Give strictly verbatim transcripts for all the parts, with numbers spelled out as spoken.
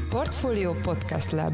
Portfolio Podcast Lab.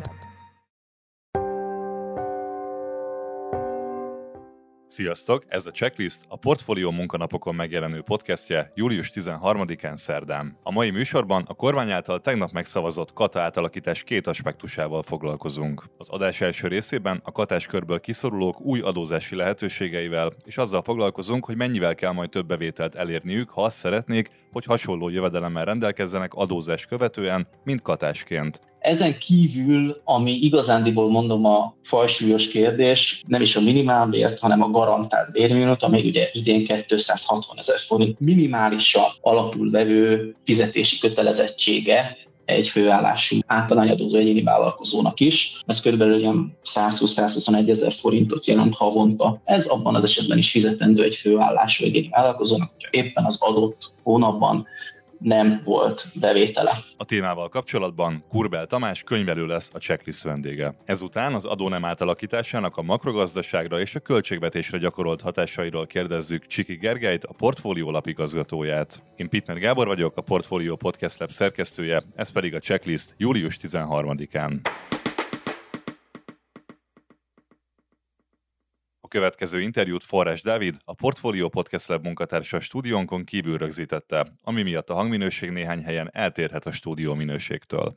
Sziasztok! Ez a Checklist, a Portfolio munkanapokon megjelenő podcastje július tizenharmadikán szerdán. A mai műsorban a kormány által tegnap megszavazott kata átalakítás két aspektusával foglalkozunk. Az adás első részében a katás körből kiszorulók új adózási lehetőségeivel, és azzal foglalkozunk, hogy mennyivel kell majd több bevételt elérniük, ha azt szeretnék, hogy hasonló jövedelemmel rendelkezzenek adózás követően, mint katásként. Ezen kívül, ami igazándiból mondom a fajsúlyos kérdés, nem is a minimálbért, hanem a garantált bérminimum, ami ugye idén kétszázhatvanezer forint minimálisan alapul vevő fizetési kötelezettsége egy főállású általányadózó egyéni vállalkozónak is. Ez körülbelül ilyen százhúsz-százhuszonegy ezer forintot jelent havonta. Ez abban az esetben is fizetendő egy főállású egyéni vállalkozónak, hogyha éppen az adott hónapban nem volt bevétele. A témával kapcsolatban Kurbel Tamás könyvelő lesz a Checklist vendége. Ezután az adónem átalakításának a makrogazdaságra és a költségvetésre gyakorolt hatásairól kérdezzük Csiki Gergelyt, a Portfolio lapigazgatóját. Én Pittner Gábor vagyok, a Portfolio Podcast Lab szerkesztője, ez pedig a Checklist július tizenharmadikán. A következő interjút Forrás Dávid, a Portfolio Podcast Lab munkatársa stúdiónkon kívül rögzítette, ami miatt a hangminőség néhány helyen eltérhet a stúdió minőségtől.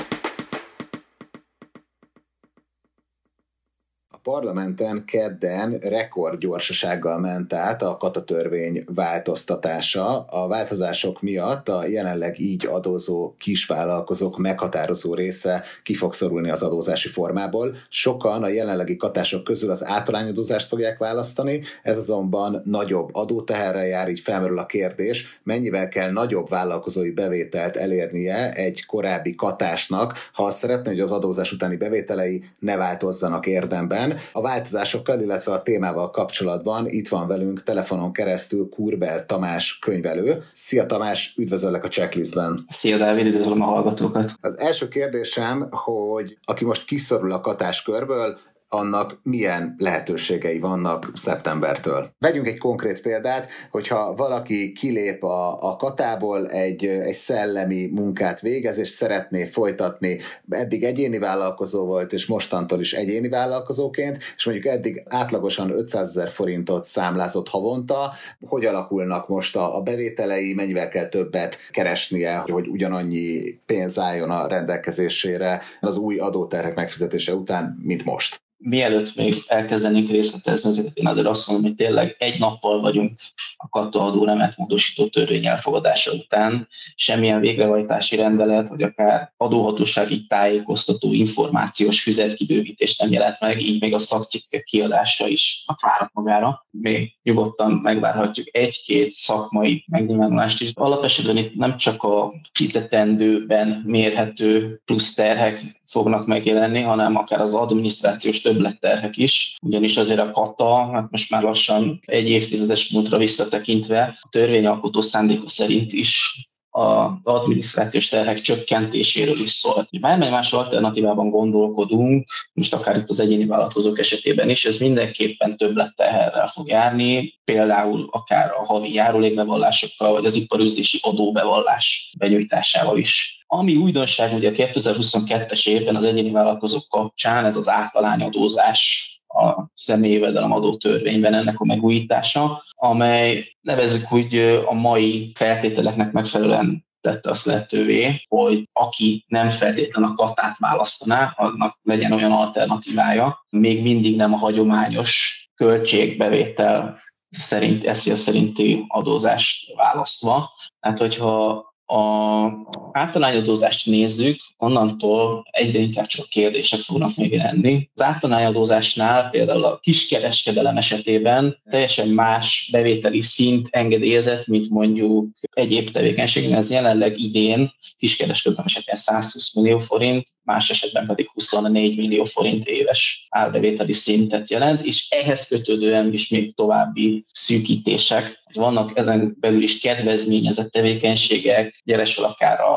A parlamenten kedden rekordgyorsasággal ment át a katatörvény változtatása. A változások miatt a jelenleg így adózó kisvállalkozók meghatározó része ki fog szorulni az adózási formából. Sokan a jelenlegi katások közül az általányadózást fogják választani, ez azonban nagyobb adóteherrel jár, így felmerül a kérdés, mennyivel kell nagyobb vállalkozói bevételt elérnie egy korábbi katásnak, ha azt szeretné, hogy az adózás utáni bevételei ne változzanak érdemben. A változásokkal, illetve a témával kapcsolatban itt van velünk telefonon keresztül Kurbel Tamás könyvelő. Szia Tamás, üdvözöllek a Checklistben. Szia Dávid, üdvözlöm a hallgatókat. Az első kérdésem, hogy aki most kiszorul a katáskörből, annak milyen lehetőségei vannak szeptembertől. Vegyünk egy konkrét példát, hogyha valaki kilép a, a katából, egy, egy szellemi munkát végez, és szeretné folytatni, eddig egyéni vállalkozó volt, és mostantól is egyéni vállalkozóként, és mondjuk eddig átlagosan ötszázezer forintot számlázott havonta, hogy alakulnak most a, a bevételei, mennyivel kell többet keresnie, hogy ugyanannyi pénz álljon a rendelkezésére az új adóterhek megfizetése után, mint most. Mielőtt még elkezdenénk részletezni ezeket, én azért azt mondom, hogy tényleg egy nappal vagyunk a kataadó nemet módosító törvény elfogadása után. Semmilyen végrehajtási rendelet, vagy akár adóhatósági tájékoztató információs füzetkibővítés nem jelent meg, így még a szakcikkek kiadása is várat magára. Még nyugodtan megvárhatjuk egy-két szakmai megnyilvánulást is. Alapesetben itt nem csak a fizetendőben mérhető plusz terhek fognak megjelenni, hanem akár az adminisztrációs többletterhek is, ugyanis azért a kata, hát most már lassan egy évtizedes múltra visszatekintve, a törvényalkotó szándéka szerint is az adminisztrációs terhek csökkentéséről is szólt. Bármely más alternatívában gondolkodunk, most akár itt az egyéni vállalkozók esetében is, ez mindenképpen többletterrel fog járni, például akár a havi járulékbevallásokkal, vagy az iparűzési adóbevallás benyújtásával is. Ami újdonság ugye a kétezer-huszonkettes évben az egyéni vállalkozók kapcsán, ez az általányadózás a személyi jövedelemadó törvényben ennek a megújítása, amely nevezzük úgy a mai feltételeknek megfelelően tette azt lehetővé, hogy aki nem feltétlenül a katát választaná, annak legyen olyan alternatívája, még mindig nem a hagyományos költségbevétel szerint, eszély szerinti adózást választva. Tehát, hogyha az általányadózást nézzük, onnantól egyre inkább csak kérdések fognak megjelenni. Az általányadózásnál például a kiskereskedelem esetében teljesen más bevételi szint engedélyezett, mint mondjuk egyéb tevékenységben. Ez jelenleg idén kiskereskedelem esetén százhúsz millió forint, más esetben pedig huszonnégy millió forint éves árbevételi szintet jelent, és ehhez kötődően is még további szűkítések. Vannak ezen belül is kedvezményezett tevékenységek, gyere akár a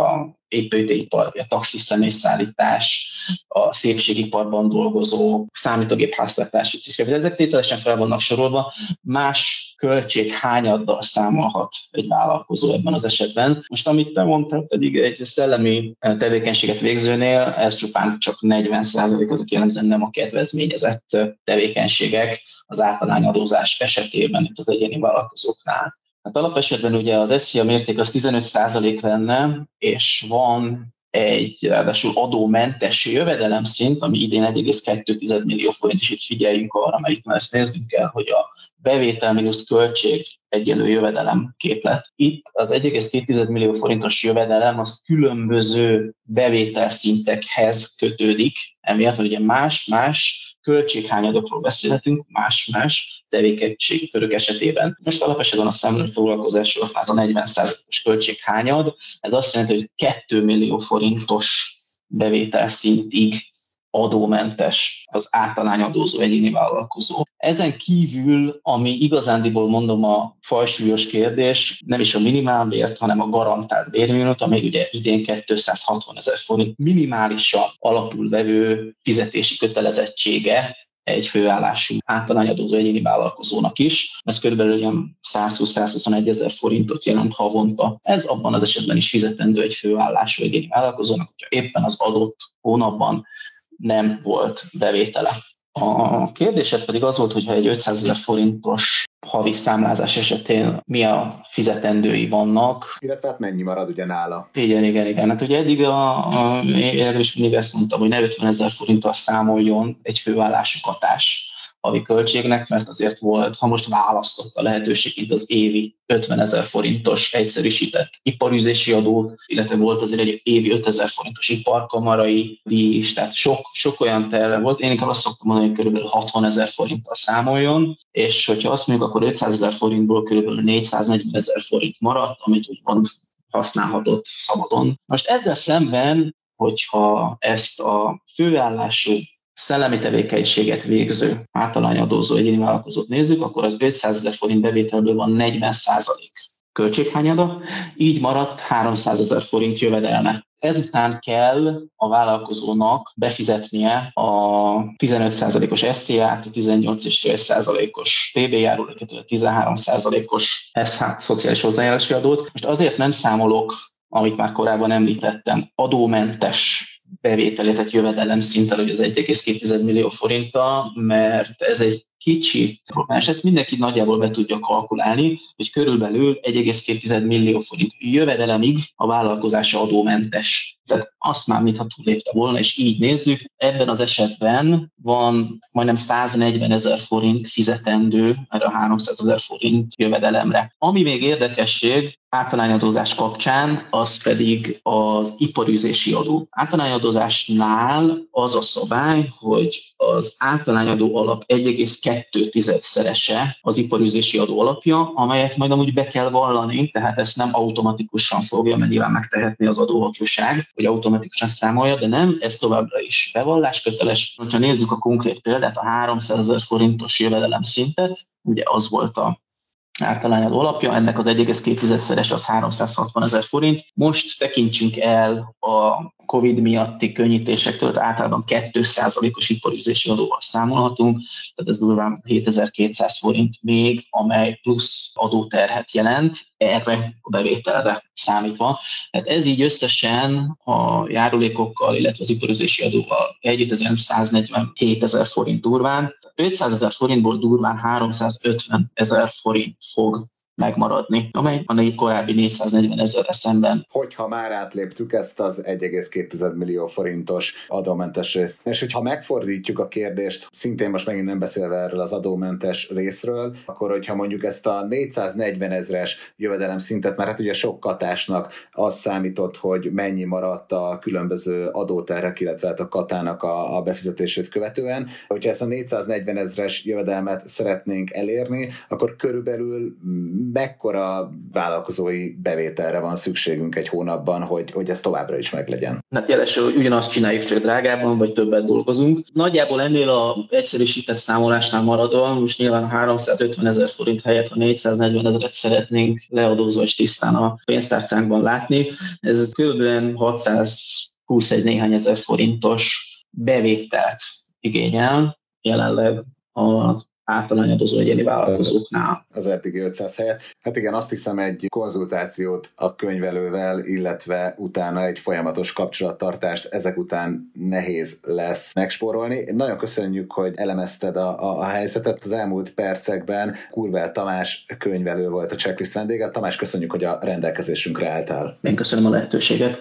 építőipar, a taxis személyszállítás, a szépségiparban dolgozó, számítógép háztartási cikkek. Ezek tételesen fel vannak sorolva, más költség hányaddal számolhat egy vállalkozó ebben az esetben. Most amit te mondtál, pedig egy szellemi tevékenységet végzőnél, ez csupán csak negyven százalék, azok jellemzően nem a kedvezményezett tevékenységek az általányadózás esetében itt az egyéni vállalkozóknál. Hát alapesetben ugye az es zé i mérték az tizenöt százalék lenne, és van egy ráadásul adómentes jövedelemszint, ami idén egy egész kettő millió forint, és itt figyeljünk arra, mert itt már ezt nézzük el, hogy a bevétel mínusz költség egyenlő jövedelem képlet. Itt az egy egész két millió forintos jövedelem az különböző bevételszintekhez kötődik, emiatt, hogy ugye más-más költséghányadokról beszélhetünk, más-más tevékenységi körök esetében. Most alapesetben a számlai foglalkozásról az a negyven százalékos költséghányad, ez azt jelenti, hogy két millió forintos bevételszintig adómentes az általányadózó egyéni vállalkozó. Ezen kívül, ami igazándiból mondom a fajsúlyos kérdés, nem is a minimálbért, hanem a garantált bérminimum, ami ugye idén kétszázhatvan ezer forint minimálisan alapul vevő fizetési kötelezettsége egy főállású általányadózó egyéni vállalkozónak is. Ez körülbelül száz-húsz-százhuszonegy ezer forintot jelent havonta. Ez abban az esetben is fizetendő egy főállású egyéni vállalkozónak, hogyha éppen az adott hónapban nem volt bevétele. A kérdésed pedig az volt, hogyha egy ötszázezer forintos havi számlázás esetén mi a fizetendői vannak. Illetve hát mennyi marad ugye nála? Igen, igen, igen. Hát ugye eddig a, a, erről is mindig ezt mondtam, hogy ne ötvenezer forinttal számoljon egy főállású katás havi költségnek, mert azért volt, ha most választott a lehetőségét az évi ötvenezer forintos egyszerűsített iparűzési adó, illetve volt azért egy évi ötezer forintos iparkamarai díj is, tehát sok, sok olyan terve volt. Én inkább azt szoktam mondani, hogy kb. hatvanezer forinttal számoljon, és hogyha azt mondjuk, akkor ötszázezer forintból kb. négyszáznegyven ezer forint maradt, amit úgymond használhatott szabadon. Most ezzel szemben, hogyha ezt a főállású szellemi tevékenységet végző általányadózó egyéni vállalkozót nézzük, akkor az ötszázezer forint bevételből van negyven százalék költséghányada, így maradt háromszázezer forint jövedelme. Ezután kell a vállalkozónak befizetnie a tizenöt százalékos es zé á-t, a tizennyolc egész öt százalékos té bé járulékot, a tizenhárom százalékos es há szociális hozzájárulási adót. Most azért nem számolok, amit már korábban említettem, adómentes bevétel, tehát jövedelem szinten, hogy az egy egész két millió forinttal, mert ez egy kicsit problémás. Ezt mindenki nagyjából be tudja kalkulálni, hogy körülbelül egy egész két millió forint jövedelemig a vállalkozása adómentes. Tehát azt már mintha túllépte volna, és így nézzük. Ebben az esetben van majdnem száznegyven ezer forint fizetendő erre a háromszázezer forint jövedelemre. Ami még érdekesség általányadózás kapcsán, az pedig az iparűzési adó. Általányadózásnál az a szabály, hogy az általányadó alap egy egész kettő szerese az iparűzési adó alapja, amelyet majd amúgy be kell vallani, tehát ezt nem automatikusan fogja, mert nyilván megtehetni az adóhatóság, hogy automatikusan számolja, de nem, ez továbbra is bevallásköteles. Ha nézzük a konkrét példát, a háromszázezer forintos jövedelem szintet, ugye az volt a általányadó alapja, ennek az egy egész két szeres az háromszázhatvan ezer forint. Most tekintsünk el a Covid miatti könnyítésektől, általában két százalékos iparűzési adóval számolhatunk, tehát ez durván hétezer-kétszáz forint még, amely plusz adóterhet jelent erre a bevételre számítva. Tehát ez így összesen a járulékokkal, illetve az iparűzési adóval együtt ez száznegyvenhét ezer forint durván. ötszázezer forintból durván háromszázötven ezer forint fog megmaradni, amely a négy korábbi négyszáznegyven ezerre szemben. Hogyha már átléptük ezt az egy egész két millió forintos adómentes részt, és hogyha megfordítjuk a kérdést, szintén most megint nem beszélve erről az adómentes részről, akkor hogyha mondjuk ezt a négyszáznegyven ezres jövedelem szintet, mert hát ugye sok katásnak az számított, hogy mennyi maradt a különböző adóterhek, illetve a katának a, a befizetését követően, hogyha ezt a négyszáznegyven ezres jövedelmet szeretnénk elérni, akkor körülbelül mekkora vállalkozói bevételre van szükségünk egy hónapban, hogy, hogy ez továbbra is meglegyen? Hát jelesül, hogy ugyanazt csináljuk, csak drágában, vagy többet dolgozunk. Nagyjából ennél az egyszerűsített számolásnál maradva, most nyilván a háromszázötven ezer forint helyett, ha négyszáznegyven ezeret szeretnénk leadózva és tisztán a pénztárcánkban látni, ez kb. hatszázhúsz néhány ezer forintos bevételt igényel jelenleg az általányadozó egyéni vállalkozóknál. Az eddigi ötszáz helyett. Hát igen, azt hiszem egy konzultációt a könyvelővel, illetve utána egy folyamatos kapcsolattartást ezek után nehéz lesz megspórolni. Nagyon köszönjük, hogy elemezted a, a, a helyzetet az elmúlt percekben. Kurvell Tamás könyvelő volt a Checklist vendége. Tamás, köszönjük, hogy a rendelkezésünkre álltál. Én köszönöm a lehetőséget.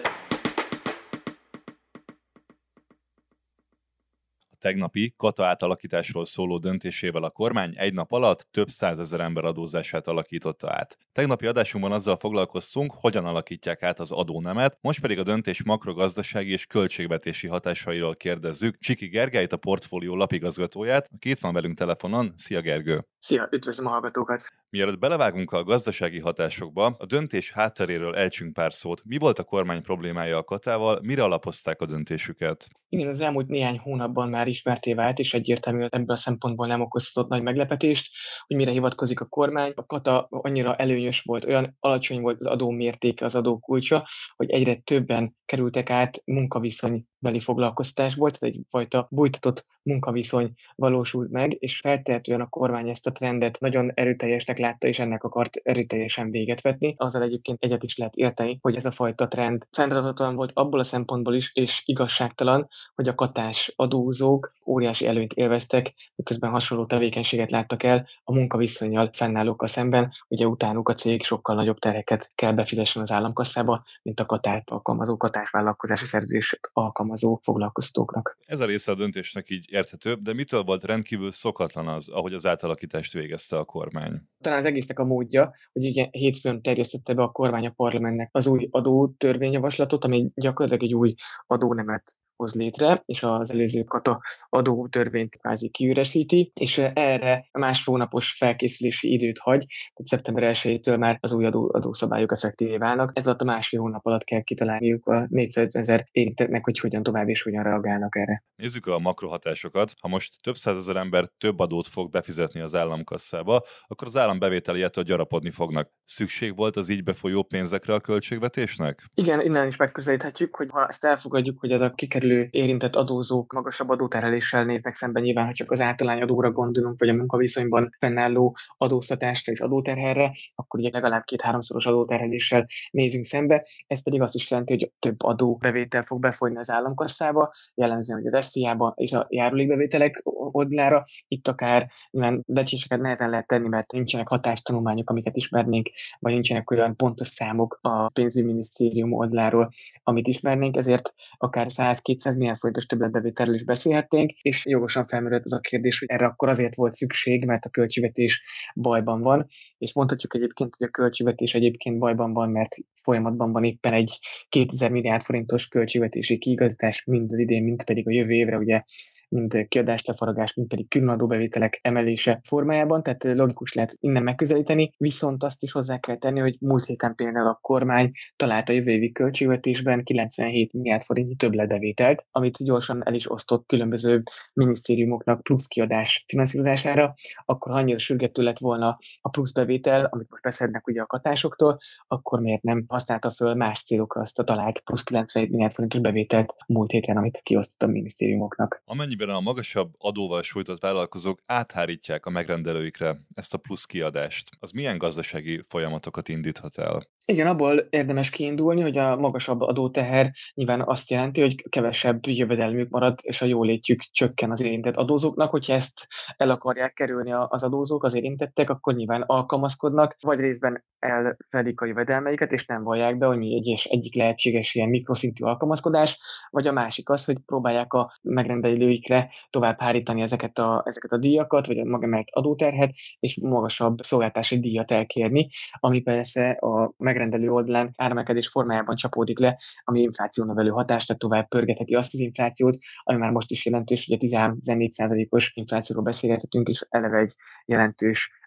Tegnapi kata átalakításról szóló döntésével a kormány egy nap alatt több százezer ember adózását alakította át. Tegnapi adásunkban azzal foglalkoztunk, hogyan alakítják át az adónemet, most pedig a döntés makrogazdasági és költségvetési hatásairól kérdezzük Csiki Gergelyt, a Portfólió lapigazgatóját, aki itt van velünk telefonon. Szia Gergő! Szia, üdvözlöm a hallgatókat! Mielőtt belevágunk a gazdasági hatásokba, a döntés hátteréről ejtsünk pár szót. Mi volt a kormány problémája a katával, mire alapozták a döntésüket? Igen, az elmúlt néhány hónapban már ismerté vált, és egyértelmű, hogy ebből a szempontból nem okozhatott nagy meglepetést, hogy mire hivatkozik a kormány. A kata annyira előnyös volt, olyan alacsony volt az adó mértéke, az adó kulcsa, hogy egyre többen kerültek át munkaviszonybeli foglalkoztatásból, tehát egyfajta bújtatott munkaviszony valósult meg, és feltehetően a kormány ezt a trendet nagyon erőteljesnek látta, és ennek akart erőteljesen véget vetni. Azzal egyébként egyet is lehet érteni, hogy ez a fajta trend fenntarthatatlan volt abból a szempontból is, és igazságtalan, hogy a katás adózók óriási előnyt élveztek, miközben hasonló tevékenységet láttak el a munkaviszonnyal fennállókkal szemben, ugye utánuk a cég sokkal nagyobb terheket kell befizessen az államkasszába, mint a katát alkalmazó, katásvállalkozási szerződést alkalmazó foglalkoztatóknak. Ez a része a döntésnek így érthetőbb, de mitől volt rendkívül szokatlan az, ahogy az átalakítást végezte a kormány? Talán az egésznek a módja, hogy ugye hétfőn terjesztette be a kormány a parlamentnek az új adótörvényjavaslatot, ami gyakorlatilag egy új adónemet hoz létre, és az előző kata adótörvényt kvázi kiüresíti, és erre másfél hónapos felkészülési időt hagy, tehát szeptember elsejétől már az új adó, adószabályok effektívé válnak. Ez alatt a másfél hónap alatt kell kitalálniuk a négyszázötven ezer érintettnek, hogy hogyan tovább és hogyan reagálnak erre. Nézzük a makrohatásokat. Ha most több százezer ember több adót fog befizetni az államkasszába, akkor az állam bevételei ettől gyarapodni fognak. Szükség volt az így befolyó pénzekre a költségvetésnek? Igen, innen is megközelíthetjük, hogy ha ezt elfogadjuk, hogy ez a kikerülő érintett adózók magasabb adótereléssel néznek szemben, nyilván, ha csak az általányadóra gondolunk, vagy a munkaviszonyban fennálló adóztatásra és adóterhelre, akkor ugye legalább két-háromszoros adóterheléssel nézünk szembe. Ez pedig azt is jelenti, hogy több adóbevétel fog befolyni az államkasszába, jellemzően, hogy az es zé á-ba és a járulékbevételek oldalára. Itt akár nyilván becséseket nehezen lehet tenni, mert nincsenek hatástanulmányok, amiket ismernénk, vagy nincsenek olyan pontos számok a pénzügyminisztérium oldaláról, amit ismernénk, ezért akár száz-kétszáz milliárd forintos többletbevételről is beszélhetnénk, és jogosan felmerült az a kérdés, hogy erre akkor azért volt szükség, mert a költségvetés bajban van, és mondhatjuk egyébként, hogy a költségvetés egyébként bajban van, mert folyamatban van éppen egy kétezer milliárd forintos költségvetési kiigazítás, mind az idén, mind pedig a jövő évre, ugye mind kiadáslefaragás, mind pedig különadó bevételek emelése formájában, tehát logikus lehet innen megközelíteni, viszont azt is hozzá kell tenni, hogy múlt héten például a kormány találta a jövő évi költségvetésben kilencvenhét milliárd forintnyi többletbevételt, amit gyorsan el is osztott különböző minisztériumoknak plusz kiadás finanszírozására, akkor ha annyira sürgető lett volna a plusz bevétel, amit most beszednek ugye a katásoktól, akkor miért nem használta föl más célokra azt a talált plusz kilencvenhét milliárd forintos bevételt múlt héten, amit kiosztott a minisztériumoknak. Amennyiben a magasabb adóval sújtott vállalkozók áthárítják a megrendelőikre ezt a plusz kiadást, az milyen gazdasági folyamatokat indíthat el? Igen, abból érdemes kiindulni, hogy a magasabb adóteher nyilván azt jelenti, hogy kevesebb jövedelmük marad, és a jólétjük csökken az érintett adózóknak. Hogyha ezt el akarják kerülni az adózók, az érintettek, akkor nyilván alkalmazkodnak, vagy részben elfelik a jövedelmeiket, és nem vallják be, hogy mi egy, egyik lehetséges ilyen mikroszintű alkalmazkodás, vagy a másik az, hogy próbálják a megrendelőikre tovább hárítani ezeket a, ezeket a díjakat, vagy a maga emelt adóterhet, és magasabb szolgáltási díjat elkérni, ami persze a megrendelő oldalán áremelkedés formájában csapódik le, ami inflációnövelő hatást, tehát tovább pörgetheti azt az inflációt, ami már most is jelentős, hogy a tizenhárom-tizennégy százalékos inflációról beszélgethetünk, és eleve egy jelentős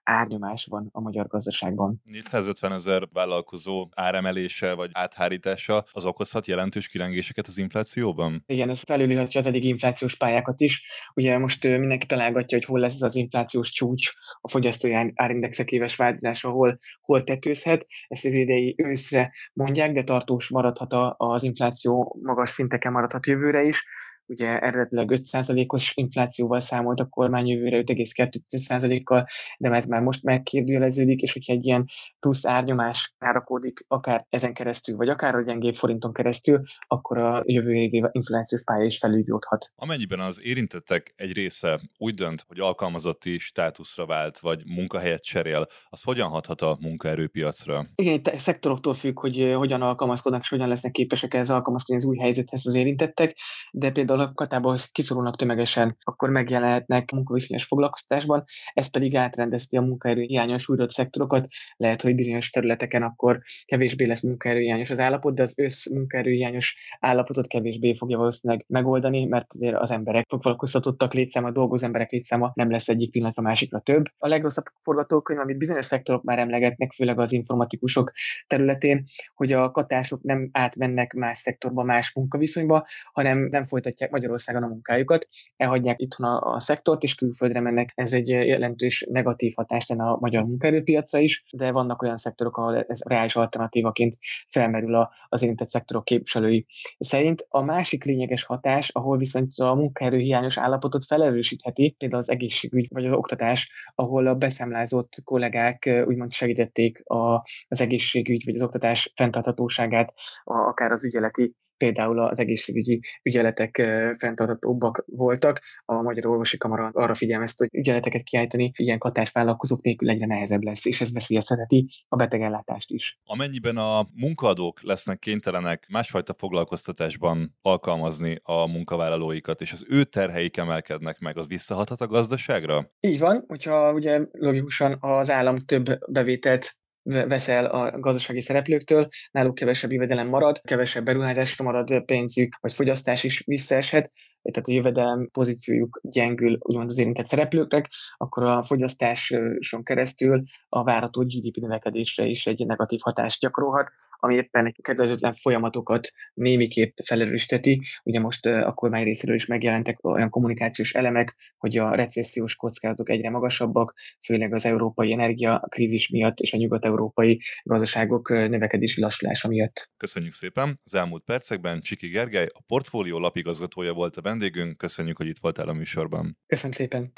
árnyomás van a magyar gazdaságban. négyszázötvenezer vállalkozó áremelése vagy áthárítása az okozhat jelentős kilengéseket az inflációban? Igen, ez felülírhatja az eddig inflációs pályákat is. Ugye most mindenki találgatja, hogy hol lesz ez az inflációs csúcs, a fogyasztói árindexek éves változása, hol, hol tetőzhet. Ezt az idei őszre mondják, de tartós maradhat az infláció, magas szinteken maradhat jövőre is. Ugye eredetileg öt százalékos inflációval számolt a kormány jövőre öt egész kettő százalékkal, de ez már most megkérdőjeleződik, és hogyha egy ilyen plusz árnyomás árakódik akár ezen keresztül, vagy akár a gyengébb forinton keresztül, akkor a jövő évi inflációs pálya is felüljódhat. Amennyiben az érintettek egy része úgy dönt, hogy alkalmazotti státuszra vált, vagy munkahelyet cserél, az hogyan hathat a munkaerőpiacra? Igen, itt szektoroktól függ, hogy hogyan alkalmazkodnak, és hogyan lesznek képesek ehhez alkalmazkodni az új helyzethez az érintettek, de például a Katából kiszorulnak tömegesen, akkor megjelenhetnek munkaviszonyos foglalkoztatásban, ez pedig átrendezheti a munkaerő hiányos sújtott szektorokat, lehet, hogy bizonyos területeken akkor kevésbé lesz munkaerő hiányos az állapot, de az össz munkaerő hiányos állapotot kevésbé fogja valószínűleg megoldani, mert azért az emberek foglalkoztatottak létszáma, dolgozó emberek létszáma nem lesz egyik pillanatra másikra több. A legrosszabb forgatókönyv, amit bizonyos szektorok már emlegetnek, főleg az informatikusok területén, hogy a katások nem átmennek más szektorba, más munkaviszonyba, hanem nem folytatják Magyarországon a munkájukat, elhagyják itthon a, a szektort, és külföldre mennek. Ez egy jelentős negatív hatás lenne a magyar munkaerőpiacra is, de vannak olyan szektorok, ahol ez reális alternatívaként felmerül a, az érintett szektorok képviselői szerint. A másik lényeges hatás, ahol viszont a munkaerőhiányos állapotot felerősítheti, például az egészségügy vagy az oktatás, ahol a beszámlázott kollégák úgymond segítették a, az egészségügy vagy az oktatás fenntarthatóságát, a, akár az ügyeleti, például az egészségügyi ügyeletek fenntarthatóbbak voltak. A Magyar Orvosi Kamara arra figyelmeztet, hogy ügyeleteket kiállítani ilyen katásvállalkozók nélkül egyre nehezebb lesz, és ez veszélyeztetheti a betegellátást is. Amennyiben a munkaadók lesznek kénytelenek másfajta foglalkoztatásban alkalmazni a munkavállalóikat, és az ő terheik emelkednek meg, az visszahathat a gazdaságra? Így van, hogyha ugye logikusan az állam több bevételt veszel a gazdasági szereplőktől, náluk kevesebb jövedelem marad, kevesebb beruházásra marad pénzük, vagy fogyasztás is visszaeshet, tehát a jövedelem pozíciójuk gyengül úgymond az érintett szereplőknek, akkor a fogyasztáson keresztül a várható gé dé pé növekedésre is egy negatív hatást gyakorolhat, ami éppen kedvezőtlen folyamatokat némiképp felerősíteti. Ugye most a kormány részéről is megjelentek olyan kommunikációs elemek, hogy a recessziós kockázatok egyre magasabbak, főleg az európai energiakrízis miatt és a nyugat-európai gazdaságok növekedési lassulása miatt. Köszönjük szépen! Az elmúlt percekben Csiki Gergely, a Portfólió lapigazgatója volt a vendégünk. Köszönjük, hogy itt voltál a műsorban. Köszönöm szépen!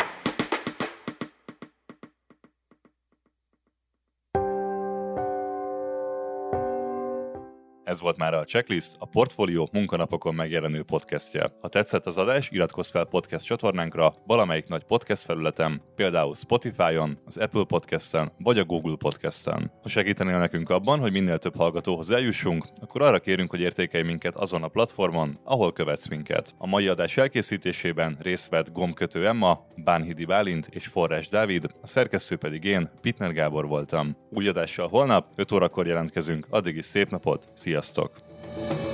Ez volt már a Checklist, a Portfólió munkanapokon megjelenő podcastje. Ha tetszett az adás, iratkozz fel podcast csatornánkra valamelyik nagy podcast felületen, például Spotify-on, az Apple Podcast-en vagy a Google Podcast-en. Ha segítenél nekünk abban, hogy minél több hallgatóhoz eljussunk, akkor arra kérünk, hogy értékelj minket azon a platformon, ahol követsz minket. A mai adás elkészítésében részt vett Gombkötő Emma, Bánhidi Bálint és Forrás Dávid, a szerkesztő pedig én, Pittner Gábor voltam. Új adással holnap, öt órakor jelentkezünk, addig is szép napot, sziasztok!